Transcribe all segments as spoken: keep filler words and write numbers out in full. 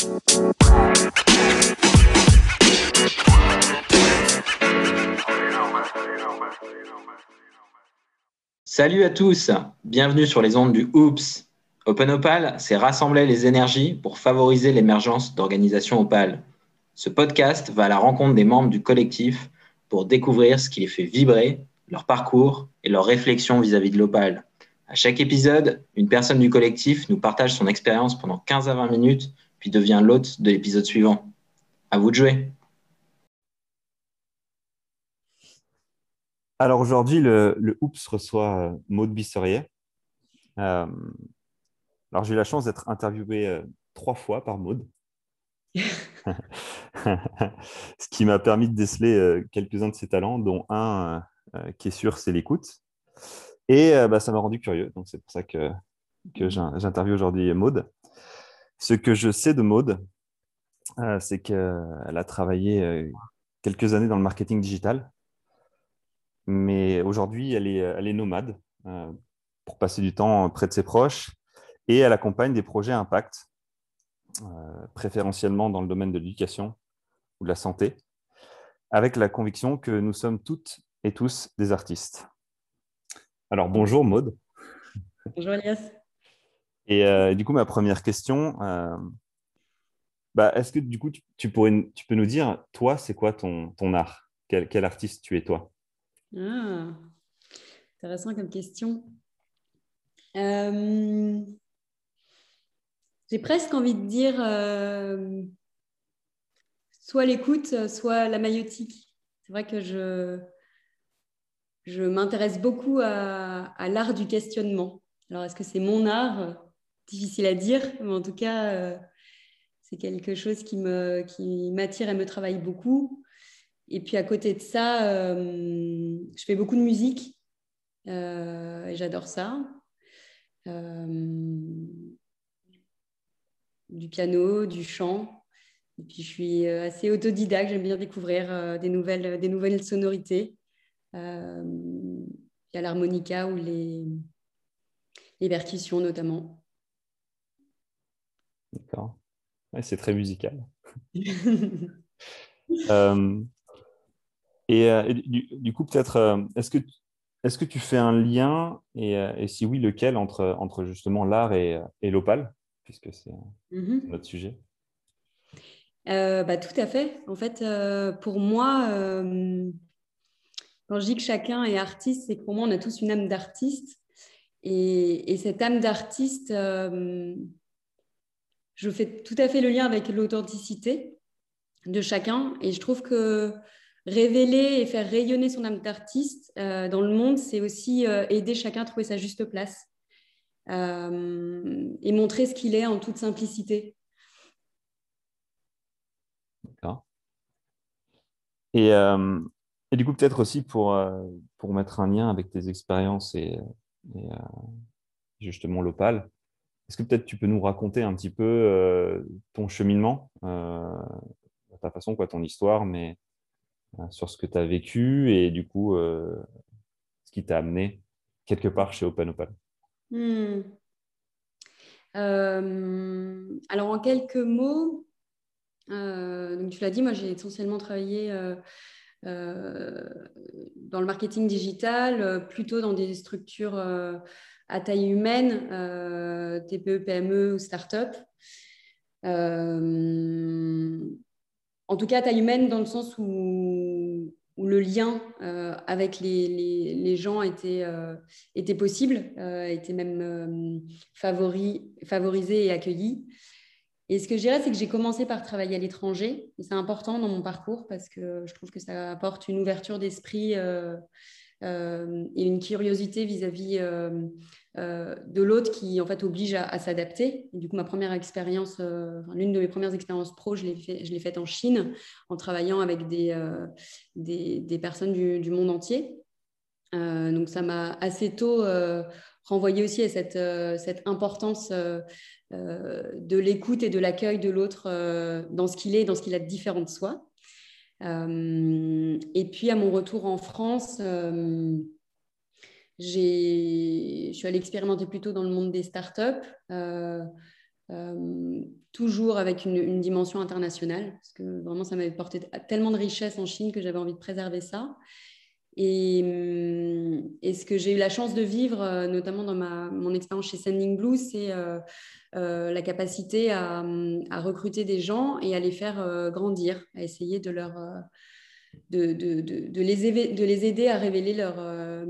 Salut à tous, bienvenue sur les ondes du Oops. Open Opal, c'est rassembler les énergies pour favoriser l'émergence d'organisations Opal. Ce podcast va à la rencontre des membres du collectif pour découvrir ce qui les fait vibrer, leur parcours et leurs réflexions vis-à-vis de l'Opal. À chaque épisode, une personne du collectif nous partage son expérience pendant quinze à vingt minutes, puis devient l'hôte de l'épisode suivant. À vous de jouer. Alors aujourd'hui, le, le Oops reçoit euh, Maud Bisserier. Euh, alors j'ai eu la chance d'être interviewé euh, trois fois par Maud, ce qui m'a permis de déceler euh, quelques-uns de ses talents, dont un euh, qui est sûr, c'est l'écoute. Et euh, bah, ça m'a rendu curieux, donc c'est pour ça que, que j'in- j'interviewe aujourd'hui Maud. Ce que je sais de Maud, euh, c'est qu'elle a travaillé euh, quelques années dans le marketing digital, mais aujourd'hui, elle est, elle est nomade euh, pour passer du temps près de ses proches. Et elle accompagne des projets impact, euh, préférentiellement dans le domaine de l'éducation ou de la santé, avec la conviction que nous sommes toutes et tous des artistes. Alors bonjour Maude. Bonjour Elias. Et euh, du coup, ma première question, euh, bah, est-ce que du coup, tu, tu pourrais, tu peux nous dire, toi, c'est quoi ton, ton art? Quel, quel artiste tu es, toi? Ah, intéressant comme question. Euh, j'ai presque envie de dire euh, soit l'écoute, soit la maïotique. C'est vrai que je, je m'intéresse beaucoup à, à l'art du questionnement. Alors, est-ce que c'est mon art? Difficile à dire, mais en tout cas, euh, c'est quelque chose qui me, qui m'attire et me travaille beaucoup. Et puis, à côté de ça, euh, je fais beaucoup de musique euh, et j'adore ça. Euh, du piano, du chant. Et puis, je suis assez autodidacte. J'aime bien découvrir euh, des, nouvelles, des nouvelles sonorités. Euh, il y a l'harmonica ou les, les percussions notamment. D'accord. Ouais, c'est très musical. Euh, et, euh, et du, du coup, peut-être, euh, est-ce que, est-ce que tu fais un lien, et, euh, et si oui, lequel, entre, entre justement l'art et, et l'opale, puisque c'est c'est Mhm. notre sujet? Euh, bah, tout à fait. En fait, euh, pour moi, euh, quand je dis que chacun est artiste, c'est que pour moi, on a tous une âme d'artiste. Et, et cette âme d'artiste, euh, je fais tout à fait le lien avec l'authenticité de chacun. Et je trouve que révéler et faire rayonner son âme d'artiste euh, dans le monde, c'est aussi euh, aider chacun à trouver sa juste place euh, et montrer ce qu'il est en toute simplicité. D'accord. Et, euh, et du coup, peut-être aussi pour, euh, pour mettre un lien avec tes expériences et, et, euh, justement l'opale, est-ce que peut-être tu peux nous raconter un petit peu euh, ton cheminement, euh, à ta façon, quoi, ton histoire, mais euh, sur ce que tu as vécu et du coup, euh, ce qui t'a amené quelque part chez Open Opal. Hmm. Euh, alors, en quelques mots, euh, donc tu l'as dit, moi j'ai essentiellement travaillé euh, euh, dans le marketing digital, euh, plutôt dans des structures euh, à taille humaine, euh, T P E, P M E ou start-up. Euh, en tout cas, à taille humaine, dans le sens où, où le lien euh, avec les, les, les gens était, euh, était possible, euh, était même euh, favori, favorisé et accueilli. Et ce que je dirais, c'est que j'ai commencé par travailler à l'étranger. Et c'est important dans mon parcours parce que je trouve que ça apporte une ouverture d'esprit euh, euh, et une curiosité vis-à-vis euh, euh, de l'autre qui, en fait, oblige à, à s'adapter. Et du coup, ma première expérience, euh, enfin, l'une de mes premières expériences pro, je l'ai, fait, je l'ai faite en Chine en travaillant avec des, euh, des, des personnes du, du monde entier. Euh, donc, ça m'a assez tôt euh, renvoyé aussi à cette, euh, cette importance euh, euh, de l'écoute et de l'accueil de l'autre euh, dans ce qu'il est, dans ce qu'il a de différent de soi. Euh, et puis, à mon retour en France, euh, j'ai, je suis allée expérimenter plutôt dans le monde des startups. Euh, euh, toujours avec une, une dimension internationale, parce que vraiment, ça m'avait porté tellement de richesse en Chine que j'avais envie de préserver ça. Et, et ce que j'ai eu la chance de vivre, notamment dans ma, mon expérience chez Sending Blue, c'est euh, euh, la capacité à, à recruter des gens et à les faire euh, grandir, à essayer de, leur, euh, de, de, de, de, les aider, de les aider à révéler leur, euh,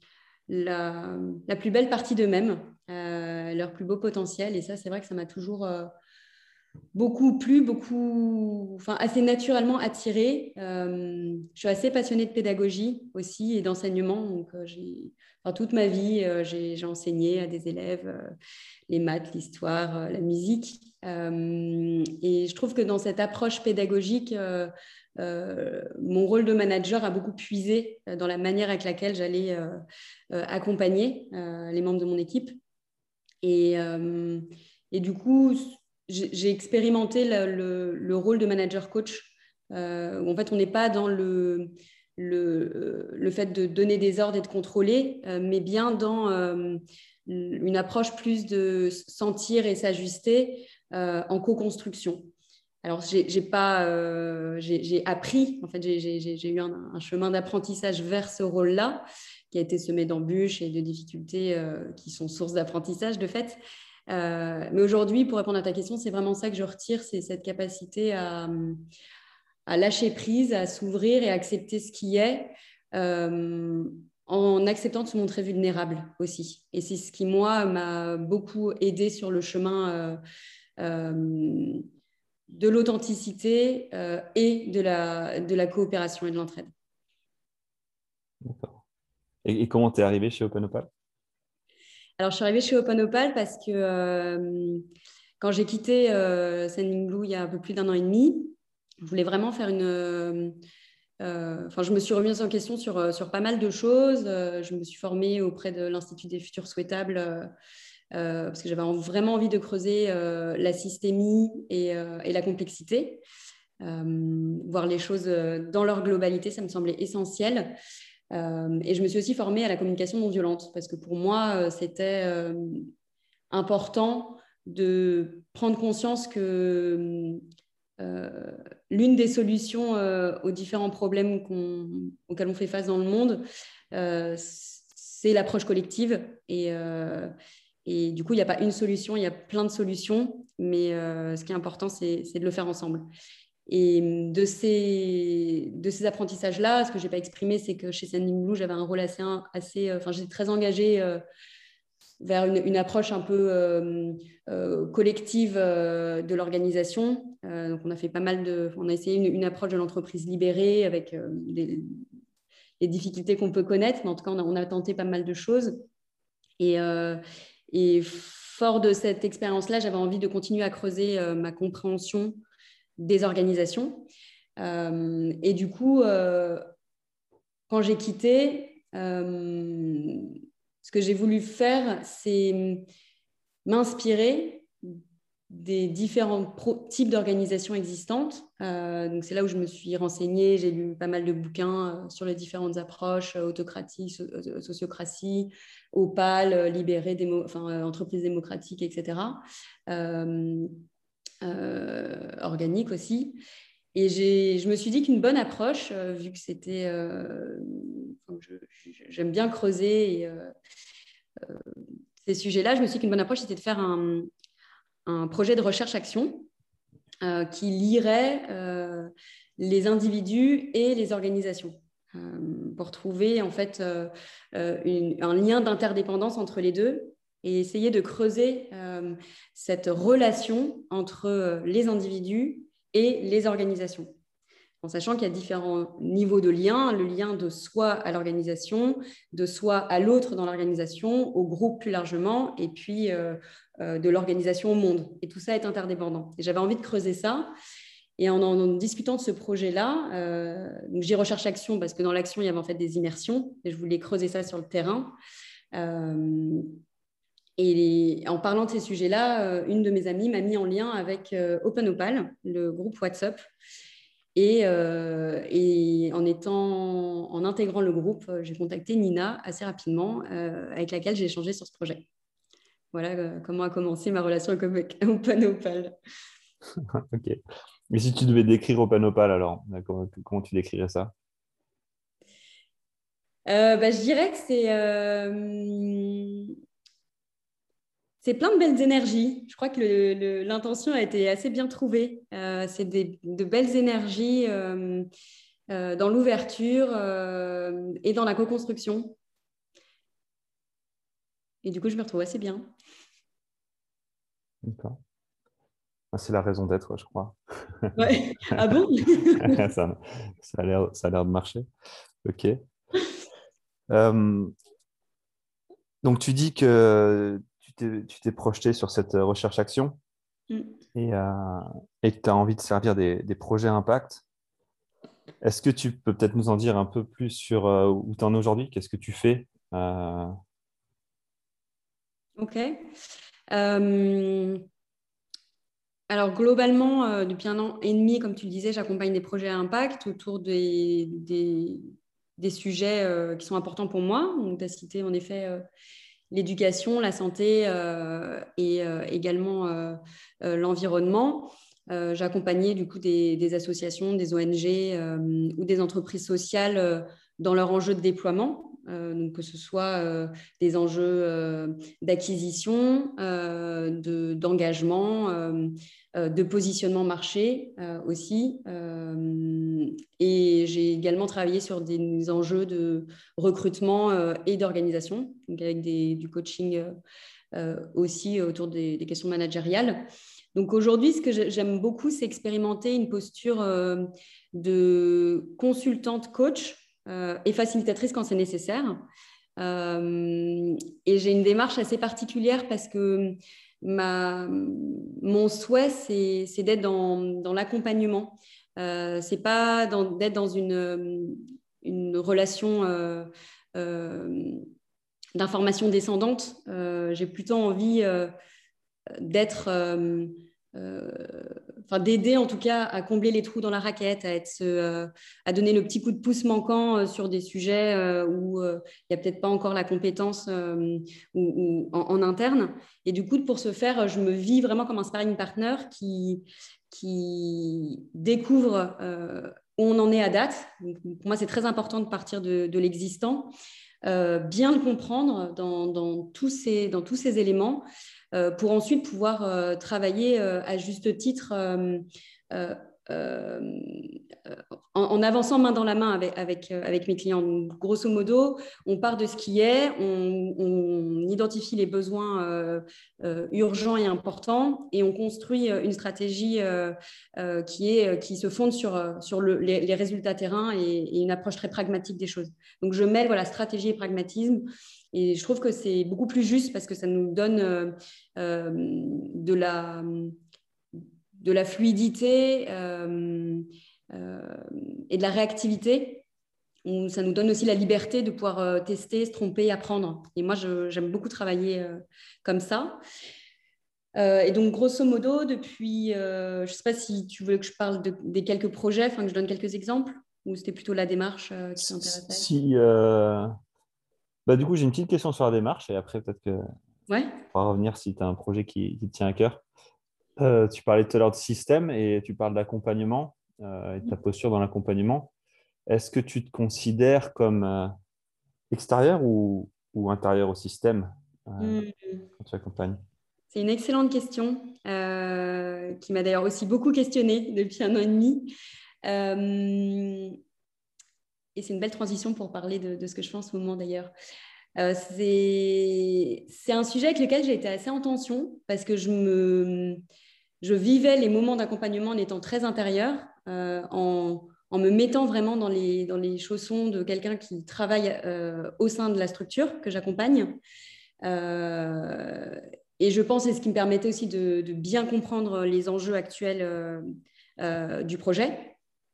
la, la plus belle partie d'eux-mêmes, euh, leur plus beau potentiel. Et ça, c'est vrai que ça m'a toujours... Euh, beaucoup plu, beaucoup, enfin assez naturellement attirée. Euh, je suis assez passionnée de pédagogie aussi et d'enseignement. Donc, euh, j'ai, enfin, toute ma vie, euh, j'ai, j'ai enseigné à des élèves euh, les maths, l'histoire, euh, la musique. Euh, et je trouve que dans cette approche pédagogique, euh, euh, mon rôle de manager a beaucoup puisé dans la manière avec laquelle j'allais euh, euh, accompagner euh, les membres de mon équipe. Et, euh, et du coup, j'ai expérimenté le, le, le rôle de manager coach. Euh, où en fait, on n'est pas dans le, le, le fait de donner des ordres et de contrôler, euh, mais bien dans euh, une approche plus de sentir et s'ajuster euh, en co-construction. Alors, j'ai, j'ai pas, euh, j'ai, j'ai appris, en fait, j'ai, j'ai, j'ai eu un, un chemin d'apprentissage vers ce rôle-là, qui a été semé d'embûches et de difficultés euh, qui sont source d'apprentissage, de fait. Euh, mais aujourd'hui, pour répondre à ta question, c'est vraiment ça que je retire, c'est cette capacité à, à lâcher prise, à s'ouvrir et à accepter ce qui est, euh, en acceptant de se montrer vulnérable aussi. Et c'est ce qui, moi, m'a beaucoup aidé sur le chemin euh, euh, de l'authenticité euh, et de la, de la coopération et de l'entraide. D'accord. Et, et comment tu es arrivé chez Open Opal? Alors, je suis arrivée chez Open Opal parce que euh, quand j'ai quitté euh, Sending Blue il y a un peu plus d'un an et demi, je voulais vraiment faire une... Euh, euh, enfin, je me suis remise en question sur, sur pas mal de choses. Euh, je me suis formée auprès de l'Institut des futurs souhaitables euh, euh, parce que j'avais vraiment envie de creuser euh, la systémie et, euh, et la complexité. Euh, voir les choses dans leur globalité, ça me semblait essentiel. Euh, et je me suis aussi formée à la communication non violente parce que pour moi, c'était euh, important de prendre conscience que euh, l'une des solutions euh, aux différents problèmes qu'on, auxquels on fait face dans le monde, euh, c'est l'approche collective. Et, euh, et du coup, il n'y a pas une solution, il y a plein de solutions, mais euh, ce qui est important, c'est, c'est de le faire ensemble. Et de ces, de ces apprentissages-là, ce que je n'ai pas exprimé, c'est que chez Sending Blue, j'avais un rôle assez... assez enfin, j'étais très engagée euh, vers une, une approche un peu euh, euh, collective euh, de l'organisation. Euh, donc, on a fait pas mal de... On a essayé une, une approche de l'entreprise libérée avec euh, les, les difficultés qu'on peut connaître, mais en tout cas, on a, on a tenté pas mal de choses. Et, euh, et fort de cette expérience-là, j'avais envie de continuer à creuser euh, ma compréhension des organisations. Euh, et du coup, euh, quand j'ai quitté, euh, ce que j'ai voulu faire, c'est m'inspirer des différents pro- types d'organisations existantes. Euh, donc c'est là où je me suis renseignée, j'ai lu pas mal de bouquins euh, sur les différentes approches, euh, autocratie, so- euh, sociocratie, Opal, euh, libéré, démo- enfin, euh, entreprise démocratique, et cetera. Euh, euh, organique aussi. Et j'ai, je me suis dit qu'une bonne approche, euh, vu que c'était... Euh, enfin, je, je, j'aime bien creuser et, euh, euh, ces sujets-là, je me suis dit qu'une bonne approche, c'était de faire un, un projet de recherche-action euh, qui lierait euh, les individus et les organisations euh, pour trouver en fait euh, une, un lien d'interdépendance entre les deux et essayer de creuser euh, cette relation entre les individus et les organisations. En sachant qu'il y a différents niveaux de lien, le lien de soi à l'organisation, de soi à l'autre dans l'organisation, au groupe plus largement, et puis euh, euh, de l'organisation au monde. Et tout ça est interdépendant. Et j'avais envie de creuser ça. Et en, en, en discutant de ce projet-là, euh, j'ai recherché action parce que dans l'action, il y avait en fait des immersions, et je voulais creuser ça sur le terrain. Euh, et les, en parlant de ces sujets-là, euh, une de mes amies m'a mis en lien avec euh, Open Opal, le groupe WhatsApp. Et, euh, et en, étant, en intégrant le groupe, j'ai contacté Nina assez rapidement, euh, avec laquelle j'ai échangé sur ce projet. voilà euh, comment a commencé ma relation avec OpenOpal. Ok. Mais si tu devais décrire OpenOpal, alors, comment, comment tu décrirais ça? Euh, bah, je dirais que c'est euh, c'est plein de belles énergies. Je crois que le- le- l'intention a été assez bien trouvée. Euh, c'est des, de belles énergies euh, euh, dans l'ouverture euh, et dans la co-construction. Et du coup, je me retrouve assez bien. D'accord. Ah, c'est la raison d'être, je crois. Ouais. Ah bon? Ça, ça a l'air, ça a l'air de marcher. Ok. Euh, donc, tu dis que tu t'es, tu t'es projeté sur cette recherche-action Mm. et, euh, et que tu as envie de servir des, des projets impact. Est-ce que tu peux peut-être nous en dire un peu plus sur euh, où tu en es aujourd'hui? Qu'est-ce que tu fais? Euh, Ok. Euh, alors globalement, euh, depuis un an et demi, comme tu le disais, j'accompagne des projets à impact autour des, des, des sujets euh, qui sont importants pour moi. Donc, tu as cité en effet euh, l'éducation, la santé euh, et euh, également euh, euh, l'environnement. Euh, j'ai accompagné du coup des, des associations, des O N G euh, ou des entreprises sociales euh, dans leurs enjeux de déploiement. Euh, donc que ce soit euh, des enjeux euh, d'acquisition, euh, de, d'engagement, euh, euh, de positionnement marché euh, aussi. Euh, et j'ai également travaillé sur des enjeux de recrutement euh, et d'organisation, donc avec des, du coaching euh, euh, aussi autour des, des questions managériales. Donc aujourd'hui, ce que j'aime beaucoup, c'est expérimenter une posture euh, de consultante coach euh, et facilitatrice quand c'est nécessaire. Euh, et j'ai une démarche assez particulière parce que ma, mon souhait, c'est, c'est d'être dans, dans l'accompagnement. Euh, c'est pas dans, d'être dans une, une relation euh, euh, d'information descendante. Euh, j'ai plutôt envie euh, d'être, euh, euh, enfin d'aider en tout cas à combler les trous dans la raquette, à être, euh, à donner le petit coup de pouce manquant euh, sur des sujets euh, où il n'y a peut-être pas encore la compétence euh, ou, ou en, en interne. Et du coup, pour ce faire, je me vis vraiment comme un sparring partner qui qui découvre euh, où on en est à date. Donc, pour moi, c'est très important de partir de, de l'existant. Euh, bien le comprendre dans, dans, tous ces, dans tous ces éléments euh, pour ensuite pouvoir euh, travailler euh, à juste titre euh, euh, euh, en, en avançant main dans la main avec, avec, avec mes clients. Donc, grosso modo, on part de ce qui est, on, on identifie les besoins euh, euh, urgents et importants et on construit une stratégie euh, euh, qui, est, qui se fonde sur, sur le, les, les résultats terrain et, et une approche très pragmatique des choses. Donc, je mêle voilà, stratégie et pragmatisme. Et je trouve que c'est beaucoup plus juste parce que ça nous donne euh, euh, de, la, de la fluidité euh, euh, et de la réactivité. Ça nous donne aussi la liberté de pouvoir euh, tester, se tromper, apprendre. Et moi, je, j'aime beaucoup travailler euh, comme ça. Euh, et donc, grosso modo, depuis, euh, je ne sais pas si tu veux que je parle de, des quelques projets, enfin que je donne quelques exemples, ou c'était plutôt la démarche euh, qui t'intéressait? Si, euh, bah, du coup, j'ai une petite question sur la démarche et après, peut-être que Ouais. on va revenir si tu as un projet qui, qui te tient à cœur. Euh, tu parlais tout à l'heure de système et tu parles d'accompagnement euh, et de ta posture dans l'accompagnement. Est-ce que tu te considères comme euh, extérieur ou, ou intérieur au système euh, Mmh. quand tu accompagnes? C'est une excellente question euh, qui m'a d'ailleurs aussi beaucoup questionnée depuis un an et demi. Euh, et c'est une belle transition pour parler de, de ce que je fais en ce moment d'ailleurs. Euh, c'est, c'est un sujet avec lequel j'ai été assez en tension parce que je, me, je vivais les moments d'accompagnement en étant très intérieure, euh, en, en me mettant vraiment dans les, dans les chaussons de quelqu'un qui travaille euh, au sein de la structure que j'accompagne. Euh, et je pense que c'est ce qui me permettait aussi de, de bien comprendre les enjeux actuels euh, euh, du projet.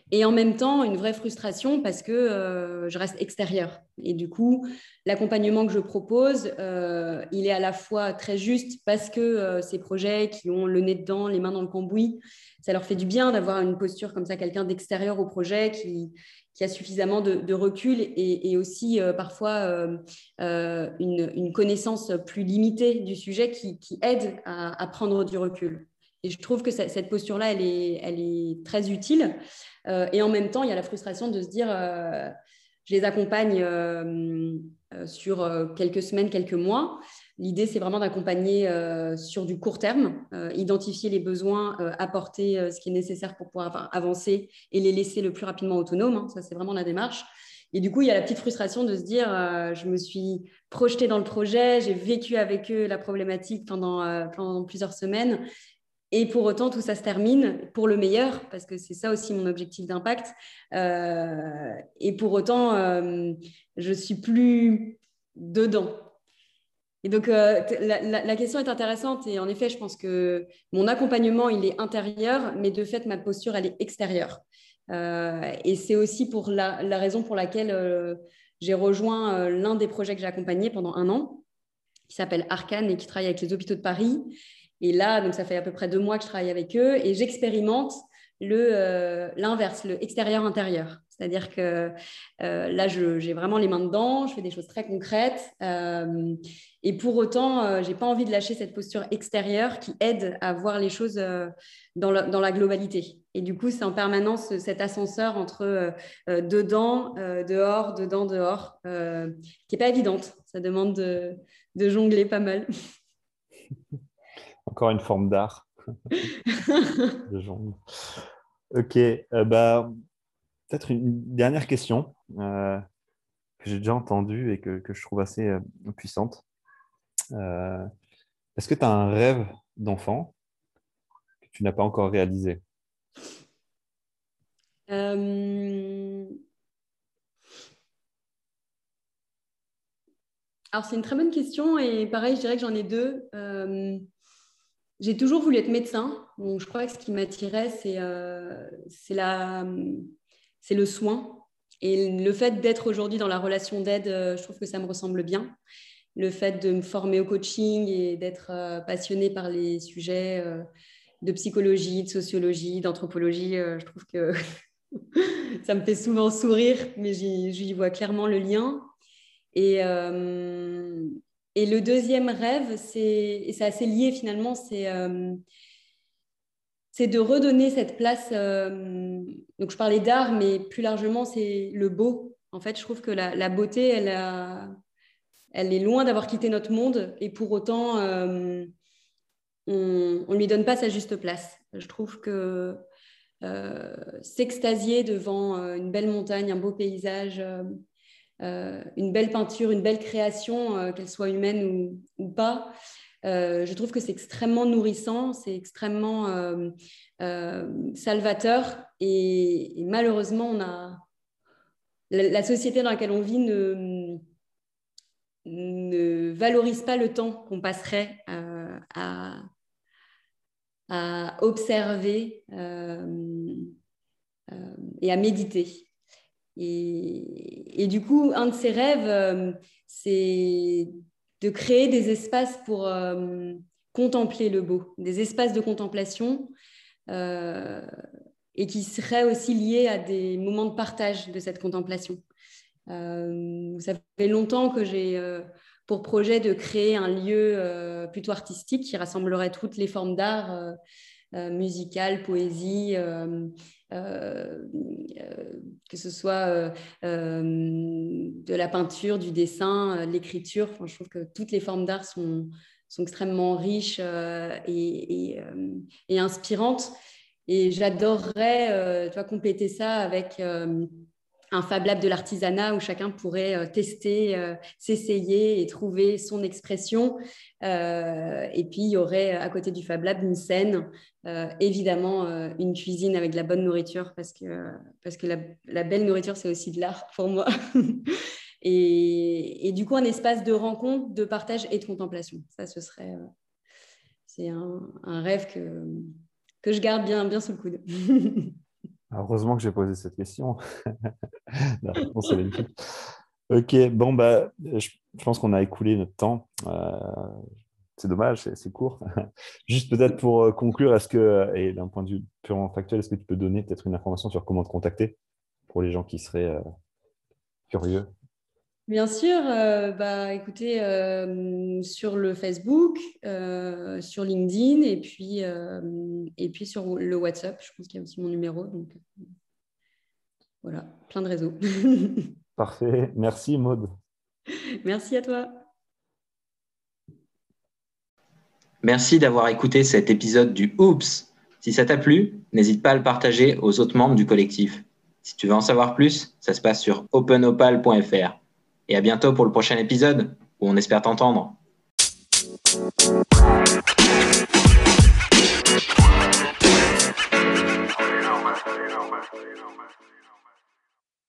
Et en même temps, une vraie frustration parce que euh, je reste extérieure. Et du coup, l'accompagnement que je propose, euh, il est à la fois très juste parce que euh, ces projets qui ont le nez dedans, les mains dans le cambouis, ça leur fait du bien d'avoir une posture comme ça, quelqu'un d'extérieur au projet qui, qui a suffisamment de, de recul et, et aussi euh, parfois euh, euh, une, une connaissance plus limitée du sujet qui, qui aide à, à prendre du recul. Et je trouve que cette posture-là, elle est, elle est très utile. Euh, et en même temps, il y a la frustration de se dire, euh, je les accompagne euh, euh, sur euh, quelques semaines, quelques mois. L'idée, c'est vraiment d'accompagner euh, sur du court terme, euh, identifier les besoins, euh, apporter euh, ce qui est nécessaire pour pouvoir avancer et les laisser le plus rapidement autonomes. Hein. Ça, c'est vraiment la démarche. Et du coup, il y a la petite frustration de se dire, euh, je me suis projetée dans le projet, j'ai vécu avec eux la problématique pendant, euh, pendant plusieurs semaines. Et pour autant, tout ça se termine pour le meilleur, parce que c'est ça aussi mon objectif d'impact. Euh, et pour autant, euh, je ne suis plus dedans. Et donc, euh, la, la, la question est intéressante. Et en effet, je pense que mon accompagnement, il est intérieur, mais de fait, ma posture, elle est extérieure. Euh, et c'est aussi pour la, la raison pour laquelle euh, j'ai rejoint euh, l'un des projets que j'ai accompagné pendant un an, qui s'appelle Arcane et qui travaille avec les hôpitaux de Paris. Et là, donc ça fait à peu près deux mois que je travaille avec eux et j'expérimente le, euh, l'inverse, le extérieur-intérieur. C'est-à-dire que euh, là, je, j'ai vraiment les mains dedans, je fais des choses très concrètes euh, et pour autant, euh, je n'ai pas envie de lâcher cette posture extérieure qui aide à voir les choses euh, dans, la, dans la globalité. Et du coup, c'est en permanence cet ascenseur entre euh, euh, dedans, euh, dehors, dedans, dehors, euh, qui n'est pas évidente. Ça demande de, de jongler pas mal. Encore une forme d'art. De jongle. Ok, euh, bah, peut-être une dernière question euh, que j'ai déjà entendue et que, que je trouve assez euh, puissante. Euh, est-ce que tu as un rêve d'enfant que tu n'as pas encore réalisé? Euh... Alors, c'est une très bonne question et pareil, je dirais que j'en ai deux. Euh... J'ai toujours voulu être médecin. Donc, je crois que ce qui m'attirait, c'est, euh, c'est, la... c'est le soin. Et le fait d'être aujourd'hui dans la relation d'aide, euh, je trouve que ça me ressemble bien. Le fait de me former au coaching et d'être euh, passionnée par les sujets euh, de psychologie, de sociologie, d'anthropologie, euh, je trouve que ça me fait souvent sourire, mais j'y, j'y vois clairement le lien. Et, euh, et le deuxième rêve, c'est, et c'est assez lié finalement, c'est, euh, c'est de redonner cette place. Euh, donc je parlais d'art, mais plus largement, c'est le beau. En fait, je trouve que la, la beauté, elle, a, elle est loin d'avoir quitté notre monde, et pour autant, euh, on ne lui donne pas sa juste place. Je trouve que euh, s'extasier devant euh, une belle montagne, un beau paysage, euh, euh, une belle peinture, une belle création, euh, qu'elle soit humaine ou, ou pas. Euh, je trouve que c'est extrêmement nourrissant, c'est extrêmement euh, euh, salvateur et, et malheureusement, on a, la, la société dans laquelle on vit ne, ne valorise pas le temps qu'on passerait euh, à, à observer euh, euh, et à méditer. Et, et, du coup, un de ses rêves, euh, c'est de créer des espaces pour euh, contempler le beau, des espaces de contemplation euh, et qui seraient aussi liés à des moments de partage de cette contemplation. Euh, ça fait longtemps que j'ai euh, pour projet de créer un lieu euh, plutôt artistique qui rassemblerait toutes les formes d'art, euh, euh, musicale, poésie, euh, euh, euh, que ce soit euh, euh, de la peinture, du dessin, euh, l'écriture. Enfin, je trouve que toutes les formes d'art sont, sont extrêmement riches euh, et, et, euh, et inspirantes. Et j'adorerais euh, tu vois, compléter ça avec euh, un Fab Lab de l'artisanat où chacun pourrait euh, tester, euh, s'essayer et trouver son expression. Euh, et puis, il y aurait à côté du Fab Lab une scène, euh, évidemment euh, une cuisine avec de la bonne nourriture parce que, parce que la, la belle nourriture, c'est aussi de l'art pour moi. et, et du coup, un espace de rencontre, de partage et de contemplation. Ça, ce serait... Euh, c'est un, un rêve que, que je garde bien, bien sous le coude. Heureusement que j'ai posé cette question. La réponse est magnifique. Ok, bon, bah, je, je pense qu'on a écoulé notre temps. Euh, c'est dommage, c'est, c'est court. Juste peut-être pour euh, conclure, est-ce que, et d'un point de vue purement factuel, est-ce que tu peux donner peut-être une information sur comment te contacter pour les gens qui seraient euh, curieux? Bien sûr, euh, bah, écoutez, euh, sur le Facebook, euh, sur LinkedIn et puis, euh, et puis sur le WhatsApp. Je pense qu'il y a aussi mon numéro. Donc, euh, voilà, plein de réseaux. Parfait. Merci, Maud. Merci à toi. Merci d'avoir écouté cet épisode du Oops. Si ça t'a plu, n'hésite pas à le partager aux autres membres du collectif. Si tu veux en savoir plus, ça se passe sur open opal point f r. Et à bientôt pour le prochain épisode, où on espère t'entendre.